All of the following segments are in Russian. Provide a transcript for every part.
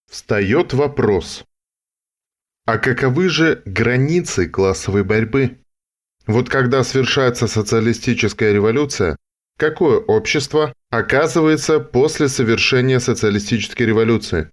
Встает вопрос: а каковы же границы классовой борьбы? Вот когда свершается социалистическая революция, какое общество оказывается после совершения социалистической революции?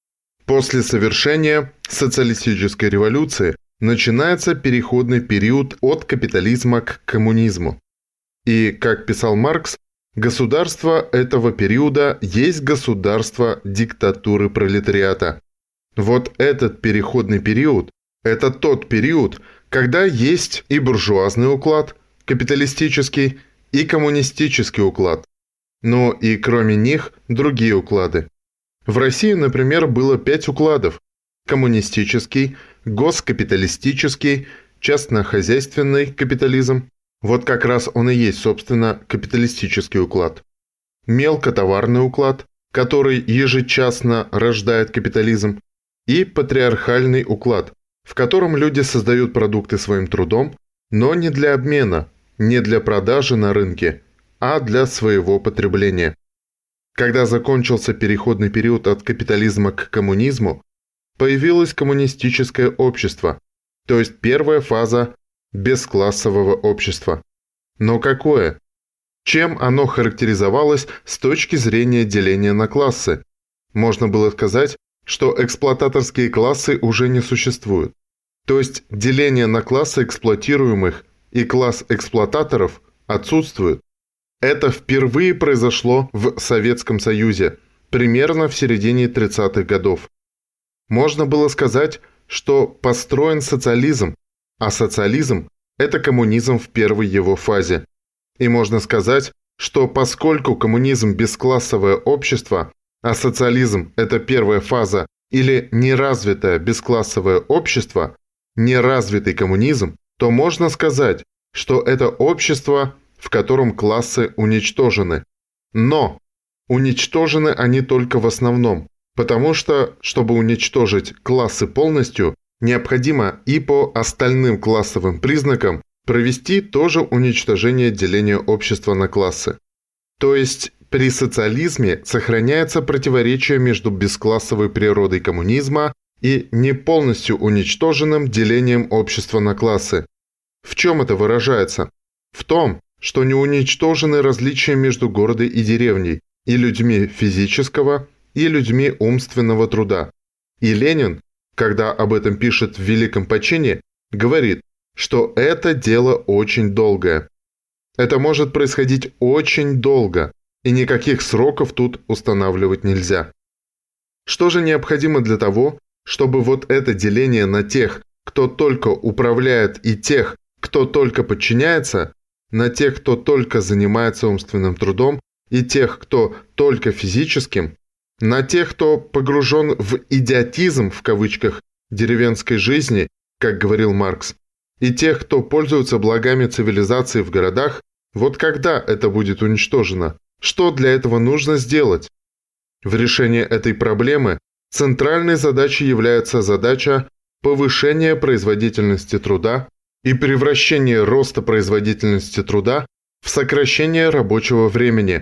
После совершения социалистической революции начинается переходный период от капитализма к коммунизму. И, как писал Маркс, государство этого периода есть государство диктатуры пролетариата. Вот этот переходный период – это тот период, когда есть и буржуазный уклад, капиталистический, и коммунистический уклад. Но и кроме них другие уклады. В России, например, было 5 укладов – коммунистический, госкапиталистический, частнохозяйственный капитализм. Вот как раз он и есть, собственно, капиталистический уклад. Мелкотоварный уклад, который ежечасно рождает капитализм, и патриархальный уклад, в котором люди создают продукты своим трудом, но не для обмена, не для продажи на рынке, а для своего потребления. Когда закончился переходный период от капитализма к коммунизму, появилось коммунистическое общество, то есть первая фаза бесклассового общества. Но какое? Чем оно характеризовалось с точки зрения деления на классы? Можно было сказать, что эксплуататорские классы уже не существуют. То есть деление на классы эксплуатируемых и класс эксплуататоров отсутствует. Это впервые произошло в Советском Союзе, примерно в середине 30-х годов. Можно было сказать, что построен социализм, а социализм – это коммунизм в первой его фазе. И можно сказать, что поскольку коммунизм – бесклассовое общество, а социализм – это первая фаза или неразвитое бесклассовое общество, неразвитый коммунизм, то можно сказать, что это общество, в котором классы уничтожены. Но уничтожены они только в основном, потому что, чтобы уничтожить классы полностью, необходимо и по остальным классовым признакам провести тоже уничтожение деления общества на классы. То есть при социализме сохраняется противоречие между бесклассовой природой коммунизма и не полностью уничтоженным делением общества на классы. В чем это выражается? В том, что не уничтожены различия между городом и деревней, и людьми физического, и людьми умственного труда. И Ленин, когда об этом пишет в «Великом почине», говорит, что это дело очень долгое. Это может происходить очень долго, и никаких сроков тут устанавливать нельзя. Что же необходимо для того, чтобы вот это деление на тех, кто только управляет, и тех, кто только подчиняется, на тех, кто только занимается умственным трудом, и тех, кто только физическим, на тех, кто погружен в «идиотизм» в кавычках деревенской жизни, как говорил Маркс, и тех, кто пользуется благами цивилизации в городах, вот когда это будет уничтожено? Что для этого нужно сделать? В решении этой проблемы центральной задачей является задача повышения производительности труда и превращения роста производительности труда в сокращение рабочего времени.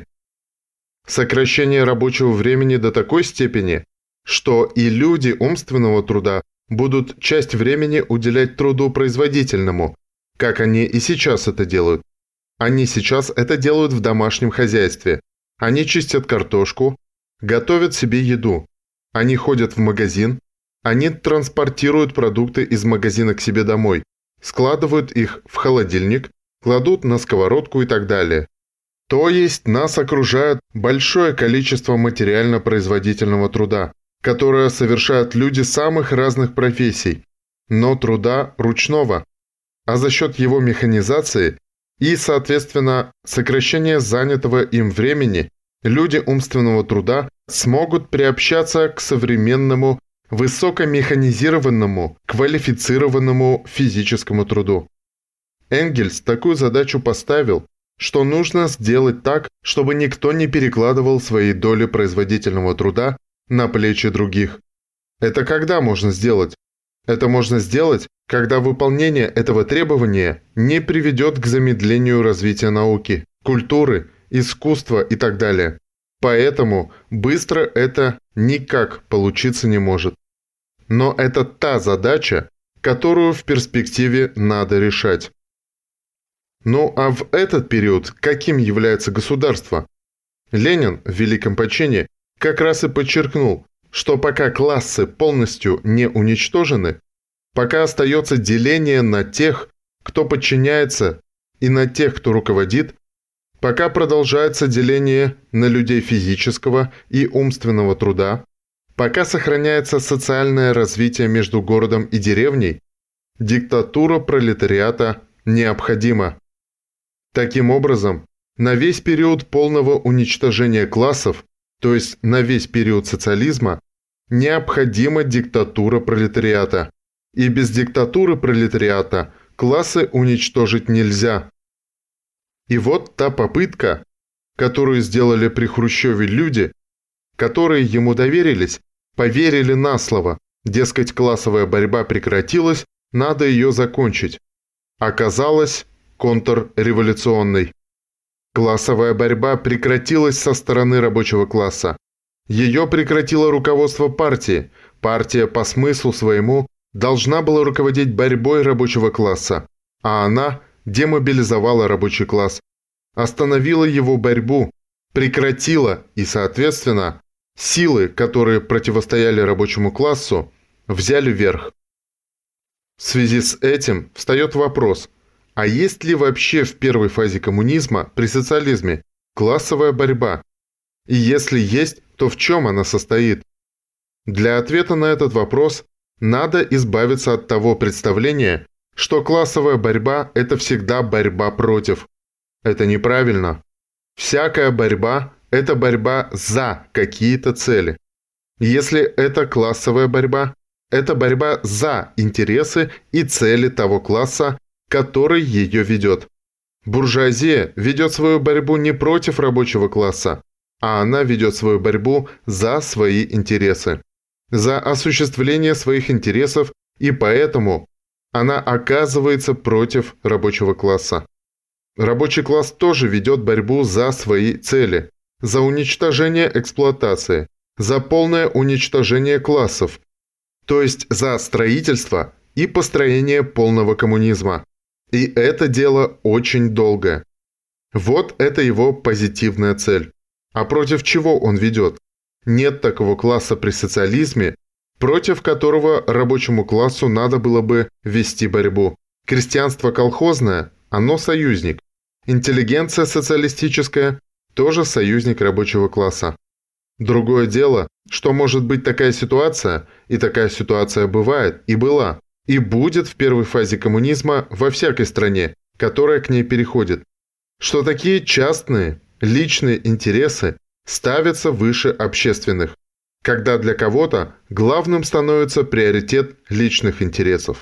Сокращение рабочего времени до такой степени, что и люди умственного труда будут часть времени уделять труду производительному, как они и сейчас это делают. Они сейчас это делают в домашнем хозяйстве. Они чистят картошку, готовят себе еду. Они ходят в магазин, они транспортируют продукты из магазина к себе домой, складывают их в холодильник, кладут на сковородку и так далее. То есть нас окружает большое количество материально-производительного труда, которое совершают люди самых разных профессий, но труда ручного. А за счет его механизации и, соответственно, сокращения занятого им времени, люди умственного труда смогут приобщаться к современному, высокомеханизированному, квалифицированному физическому труду. Энгельс такую задачу поставил, что нужно сделать так, чтобы никто не перекладывал свои доли производительного труда на плечи других. Это когда можно сделать? Это можно сделать, когда выполнение этого требования не приведет к замедлению развития науки, культуры, искусства и так далее. Поэтому быстро это никак получиться не может. Но это та задача, которую в перспективе надо решать. Ну а в этот период каким является государство? Ленин в «Великом почине» как раз и подчеркнул, что пока классы полностью не уничтожены, пока остается деление на тех, кто подчиняется, и на тех, кто руководит, пока продолжается деление на людей физического и умственного труда, пока сохраняется социальное развитие между городом и деревней, диктатура пролетариата необходима. Таким образом, на весь период полного уничтожения классов, то есть на весь период социализма, необходима диктатура пролетариата. И без диктатуры пролетариата классы уничтожить нельзя. И вот та попытка, которую сделали при Хрущеве люди, которые ему доверились, поверили на слово, дескать, классовая борьба прекратилась, надо ее закончить. Оказалось контрреволюционной. Классовая борьба прекратилась со стороны рабочего класса. Ее прекратило руководство партии. Партия по смыслу своему должна была руководить борьбой рабочего класса, а она демобилизовала рабочий класс, остановила его борьбу, прекратила и, соответственно, силы, которые противостояли рабочему классу, взяли верх. В связи с этим встает вопрос, а есть ли вообще в первой фазе коммунизма при социализме классовая борьба? И если есть, то в чем она состоит? Для ответа на этот вопрос надо избавиться от того представления, что классовая борьба – это всегда борьба против. Это неправильно. Всякая борьба – это борьба за какие-то цели. Если это классовая борьба, это борьба за интересы и цели того класса, который ее ведет. Буржуазия ведет свою борьбу не против рабочего класса, а она ведет свою борьбу за свои интересы, за осуществление своих интересов, и поэтому она оказывается против рабочего класса. Рабочий класс тоже ведет борьбу за свои цели, за уничтожение эксплуатации, за полное уничтожение классов, то есть за строительство и построение полного коммунизма. И это дело очень долгое. Вот это его позитивная цель. А против чего он ведет? Нет такого класса при социализме, против которого рабочему классу надо было бы вести борьбу. Крестьянство колхозное, оно союзник. Интеллигенция социалистическая тоже союзник рабочего класса. Другое дело, что может быть такая ситуация, и такая ситуация бывает, и была, и будет в первой фазе коммунизма во всякой стране, которая к ней переходит, что такие частные, личные интересы ставятся выше общественных, когда для кого-то главным становится приоритет личных интересов.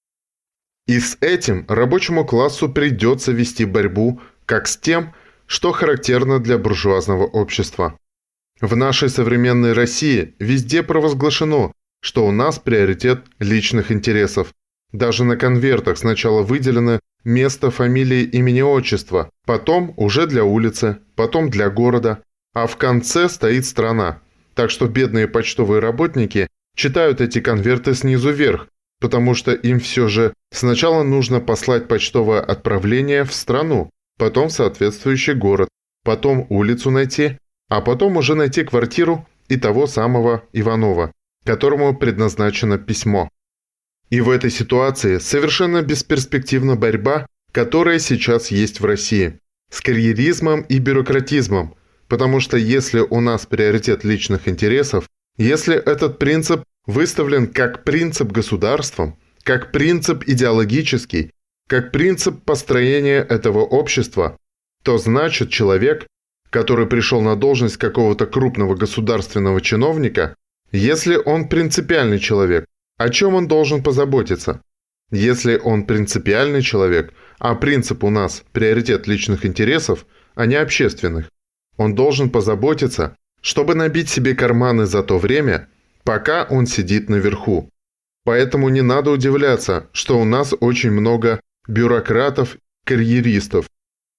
И с этим рабочему классу придется вести борьбу как с тем, что характерно для буржуазного общества. В нашей современной России везде провозглашено, что у нас приоритет личных интересов. Даже на конвертах сначала выделено место, фамилии, имени, отчества, потом уже для улицы, потом для города, а в конце стоит страна. Так что бедные почтовые работники читают эти конверты снизу вверх, потому что им все же сначала нужно послать почтовое отправление в страну, потом в соответствующий город, потом улицу найти, а потом уже найти квартиру и того самого Иванова, которому предназначено письмо. И в этой ситуации совершенно бесперспективна борьба, которая сейчас есть в России, с карьеризмом и бюрократизмом, потому что если у нас приоритет личных интересов, если этот принцип выставлен как принцип государством, как принцип идеологический, как принцип построения этого общества, то значит человек, который пришел на должность какого-то крупного государственного чиновника, если он принципиальный человек, о чем он должен позаботиться? Если он принципиальный человек, а принцип у нас приоритет личных интересов, а не общественных, он должен позаботиться, чтобы набить себе карманы за то время, пока он сидит наверху. Поэтому не надо удивляться, что у нас очень много бюрократов, карьеристов.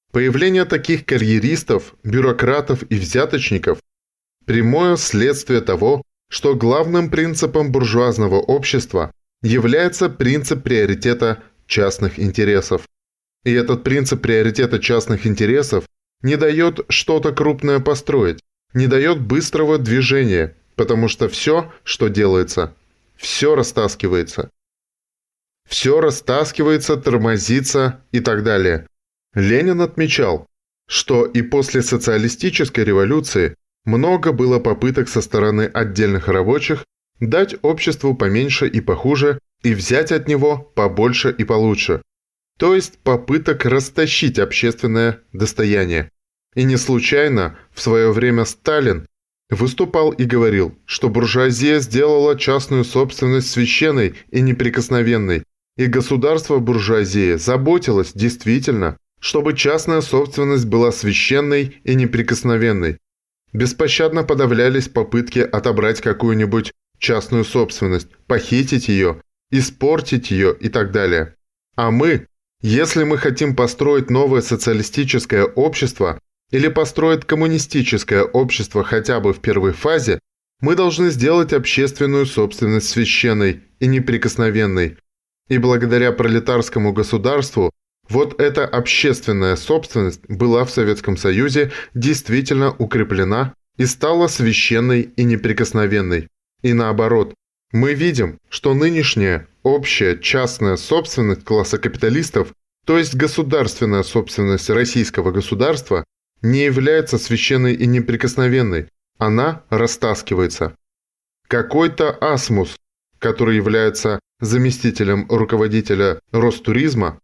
Появление таких карьеристов, бюрократов и взяточников – прямое следствие того, что главным принципом буржуазного общества является принцип приоритета частных интересов. И этот принцип приоритета частных интересов не дает что-то крупное построить, не дает быстрого движения, потому что все, что делается, все растаскивается. Все растаскивается, тормозится и так далее. Ленин отмечал, что и после социалистической революции много было попыток со стороны отдельных рабочих дать обществу поменьше и похуже и взять от него побольше и получше. То есть попыток растащить общественное достояние. И не случайно в свое время Сталин выступал и говорил, что буржуазия сделала частную собственность священной и неприкосновенной, и государство буржуазии заботилось действительно, чтобы частная собственность была священной и неприкосновенной. Беспощадно подавлялись попытки отобрать какую-нибудь частную собственность, похитить ее, испортить ее и так далее. А мы, если мы хотим построить новое социалистическое общество или построить коммунистическое общество хотя бы в первой фазе, мы должны сделать общественную собственность священной и неприкосновенной. И благодаря пролетарскому государству вот эта общественная собственность была в Советском Союзе действительно укреплена и стала священной и неприкосновенной. И наоборот, мы видим, что нынешняя общая частная собственность класса капиталистов, то есть государственная собственность российского государства, не является священной и неприкосновенной, она растаскивается. Какой-то Асмус, который является заместителем руководителя Ростуризма,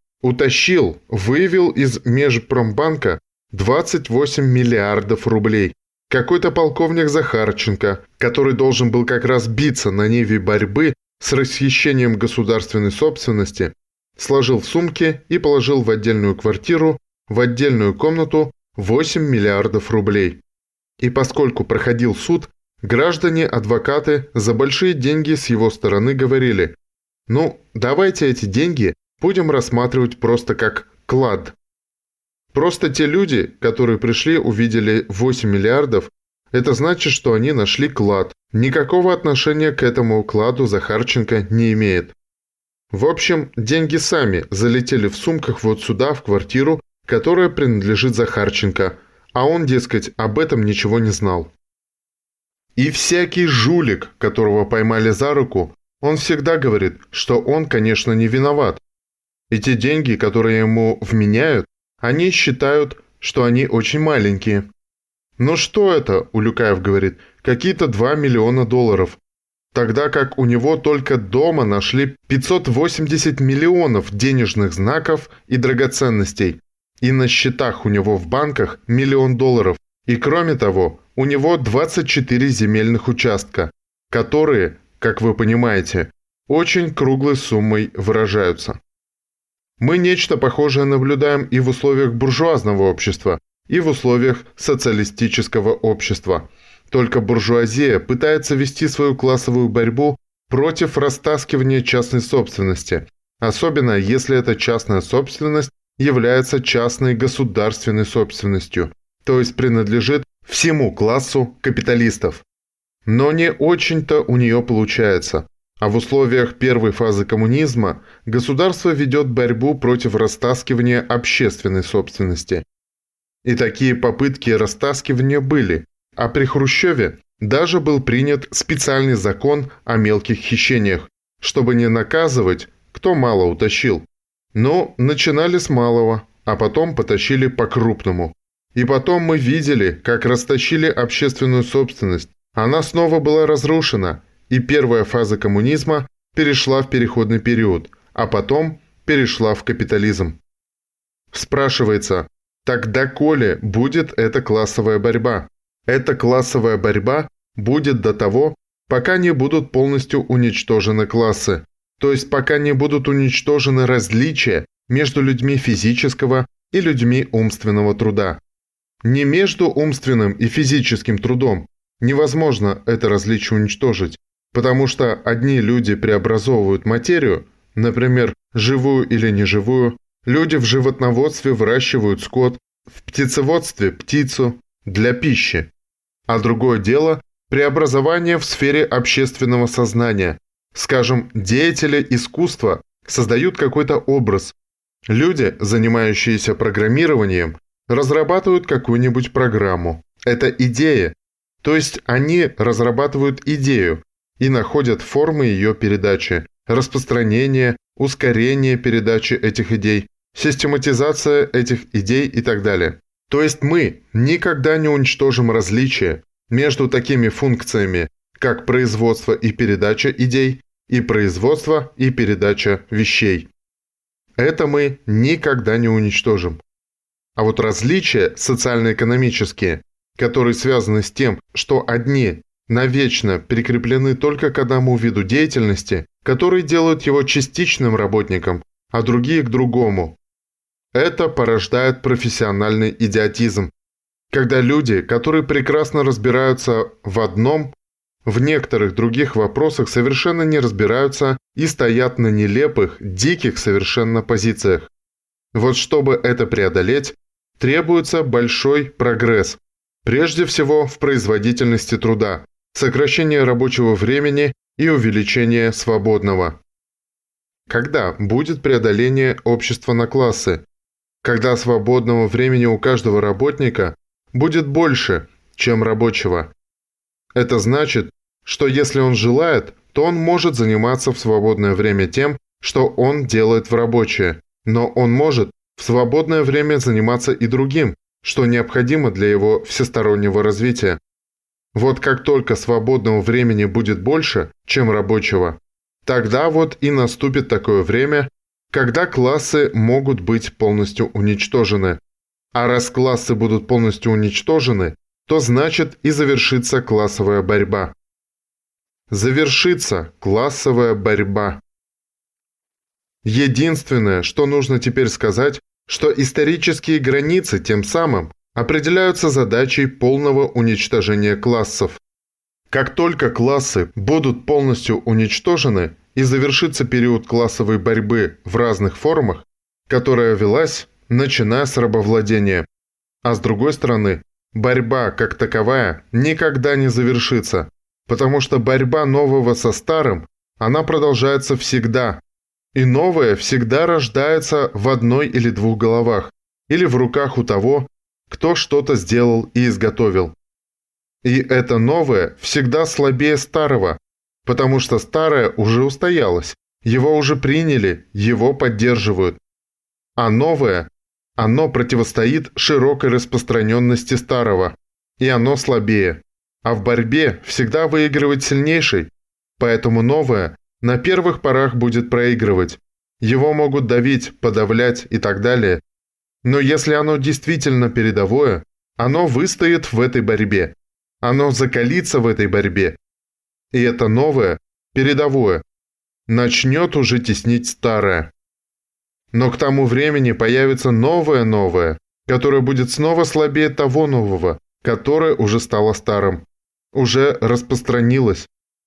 вывел из Межпромбанка 28 миллиардов рублей. Какой-то полковник Захарченко, который должен был как раз биться на ниве борьбы с расхищением государственной собственности, сложил в сумки и положил в отдельную квартиру, в отдельную комнату 8 миллиардов рублей. И поскольку проходил суд, граждане-адвокаты за большие деньги с его стороны говорили: «Ну, давайте эти деньги будем рассматривать просто как клад». Просто те люди, которые пришли, увидели 8 миллиардов, это значит, что они нашли клад. Никакого отношения к этому кладу Захарченко не имеет. В общем, деньги сами залетели в сумках вот сюда, в квартиру, которая принадлежит Захарченко, а он, дескать, об этом ничего не знал. И всякий жулик, которого поймали за руку, он всегда говорит, что он, конечно, не виноват. И те деньги, которые ему вменяют, они считают, что они очень маленькие. «Ну что это?» – Улюкаев говорит, – «какие-то 2 миллиона долларов». Тогда как у него только дома нашли 580 миллионов денежных знаков и драгоценностей. И на счетах у него в банках $1 миллион. И кроме того, у него 24 земельных участка, которые, как вы понимаете, очень круглой суммой выражаются. Мы нечто похожее наблюдаем и в условиях буржуазного общества, и в условиях социалистического общества. Только буржуазия пытается вести свою классовую борьбу против растаскивания частной собственности, особенно если эта частная собственность является частной государственной собственностью, то есть принадлежит всему классу капиталистов. Но не очень-то у нее получается. А в условиях первой фазы коммунизма государство ведет борьбу против растаскивания общественной собственности. И такие попытки растаскивания были, а при Хрущеве даже был принят специальный закон о мелких хищениях, чтобы не наказывать, кто мало утащил. Но начинали с малого, а потом потащили по-крупному. И потом мы видели, как растащили общественную собственность. Она снова была разрушена, и первая фаза коммунизма перешла в переходный период, а потом перешла в капитализм. Спрашивается, тогда коли будет эта классовая борьба? Эта классовая борьба будет до того, пока не будут полностью уничтожены классы, то есть пока не будут уничтожены различия между людьми физического и людьми умственного труда. Не между умственным и физическим трудом невозможно это различие уничтожить, потому что одни люди преобразовывают материю, например, живую или неживую, люди в животноводстве выращивают скот, в птицеводстве птицу для пищи. А другое дело – преобразование в сфере общественного сознания. Скажем, деятели искусства создают какой-то образ. Люди, занимающиеся программированием, разрабатывают какую-нибудь программу. Это идея. То есть они разрабатывают идею и находят формы ее передачи, распространения, ускорение передачи этих идей, систематизация этих идей и так далее. То есть мы никогда не уничтожим различия между такими функциями, как производство и передача идей, и производство и передача вещей. Это мы никогда не уничтожим. А вот различия социально-экономические, которые связаны с тем, что одни навечно прикреплены только к одному виду деятельности, которые делают его частичным работником, а другие к другому. Это порождает профессиональный идиотизм, когда люди, которые прекрасно разбираются в одном, в некоторых других вопросах совершенно не разбираются и стоят на нелепых, диких совершенно позициях. Вот чтобы это преодолеть, требуется большой прогресс. Прежде всего в производительности труда, сокращение рабочего времени и увеличение свободного. Когда будет преодоление общества на классы? Когда свободного времени у каждого работника будет больше, чем рабочего. Это значит, что если он желает, то он может заниматься в свободное время тем, что он делает в рабочее, но он может в свободное время заниматься и другим, что необходимо для его всестороннего развития. Вот как только свободного времени будет больше, чем рабочего, тогда вот и наступит такое время, когда классы могут быть полностью уничтожены. А раз классы будут полностью уничтожены, то значит и завершится классовая борьба. Завершится классовая борьба. Единственное, что нужно теперь сказать, что исторические границы тем самым определяются задачей полного уничтожения классов. Как только классы будут полностью уничтожены и завершится период классовой борьбы в разных формах, которая велась, начиная с рабовладения. А с другой стороны, борьба как таковая никогда не завершится, потому что борьба нового со старым, она продолжается всегда. И новое всегда рождается в одной или двух головах, или в руках у того, кто что-то сделал и изготовил. И это новое всегда слабее старого, потому что старое уже устоялось, его уже приняли, его поддерживают. А новое, оно противостоит широкой распространенности старого, и оно слабее. А в борьбе всегда выигрывает сильнейший, поэтому новое на первых порах будет проигрывать. Его могут давить, подавлять и так далее. Но если оно действительно передовое, оно выстоит в этой борьбе. Оно закалится в этой борьбе. И это новое, передовое, начнет уже теснить старое. Но к тому времени появится новое, которое будет снова слабее того нового, которое уже стало старым, уже распространилось.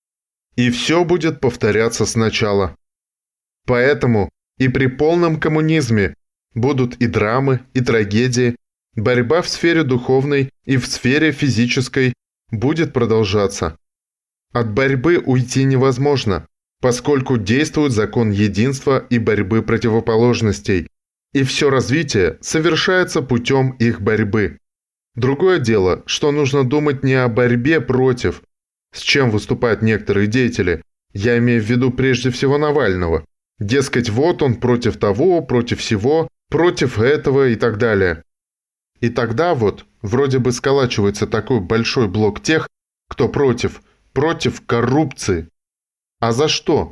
И все будет повторяться сначала. Поэтому и при полном коммунизме будут и драмы, и трагедии, борьба в сфере духовной и в сфере физической будет продолжаться. От борьбы уйти невозможно, поскольку действует закон единства и борьбы противоположностей, и все развитие совершается путем их борьбы. Другое дело, что нужно думать не о борьбе против, с чем выступают некоторые деятели, я имею в виду прежде всего Навального. Дескать, вот он против того, против всего, против этого и так далее. И тогда вот вроде бы сколачивается такой большой блок тех, кто против коррупции. А за что?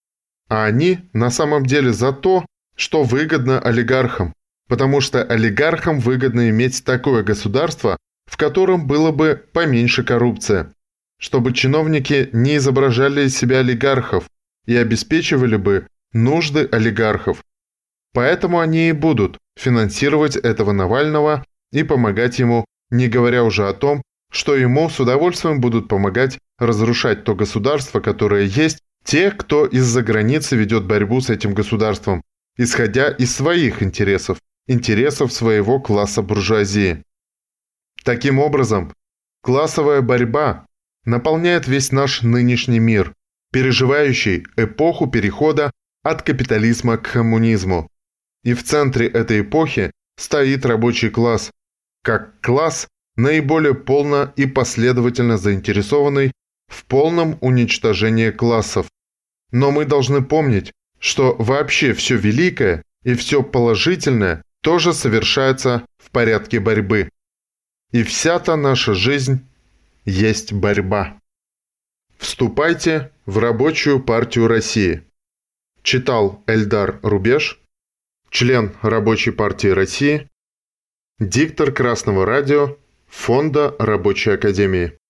А они на самом деле за то, что выгодно олигархам, потому что олигархам выгодно иметь такое государство, в котором было бы поменьше коррупция, чтобы чиновники не изображали из себя олигархов и обеспечивали бы нужды олигархов. Поэтому они и будут финансировать этого Навального и помогать ему, не говоря уже о том, что ему с удовольствием будут помогать разрушать то государство, которое есть, те, кто из-за границы ведет борьбу с этим государством, исходя из своих интересов интересов своего класса буржуазии. Таким образом, классовая борьба наполняет весь наш нынешний мир, переживающий эпоху перехода от капитализма к коммунизму. И в центре этой эпохи стоит рабочий класс, как класс, наиболее полно и последовательно заинтересованный в полном уничтожении классов. Но мы должны помнить, что вообще все великое и все положительное тоже совершается в порядке борьбы. И вся-то наша жизнь есть борьба. Вступайте в Рабочую партию России. Читал Эльдар Рубеж, член Рабочей партии России, диктор Красного радио Фонда Рабочей академии.